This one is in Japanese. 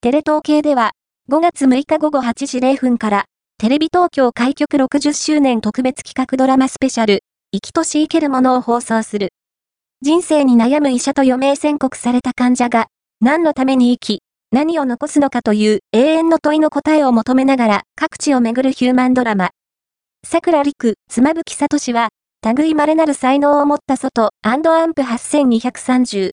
テレ東系では、5月6日午後8時0分から、テレビ東京開局60周年特別企画ドラマスペシャル、生きとし生けるものを放送する。人生に悩む医者と余命宣告された患者が、何のために生き、何を残すのかという永遠の問いの答えを求めながら各地を巡るヒューマンドラマ。桜陸、妻夫木聡は、類稀なる才能を持った外&アンプ8230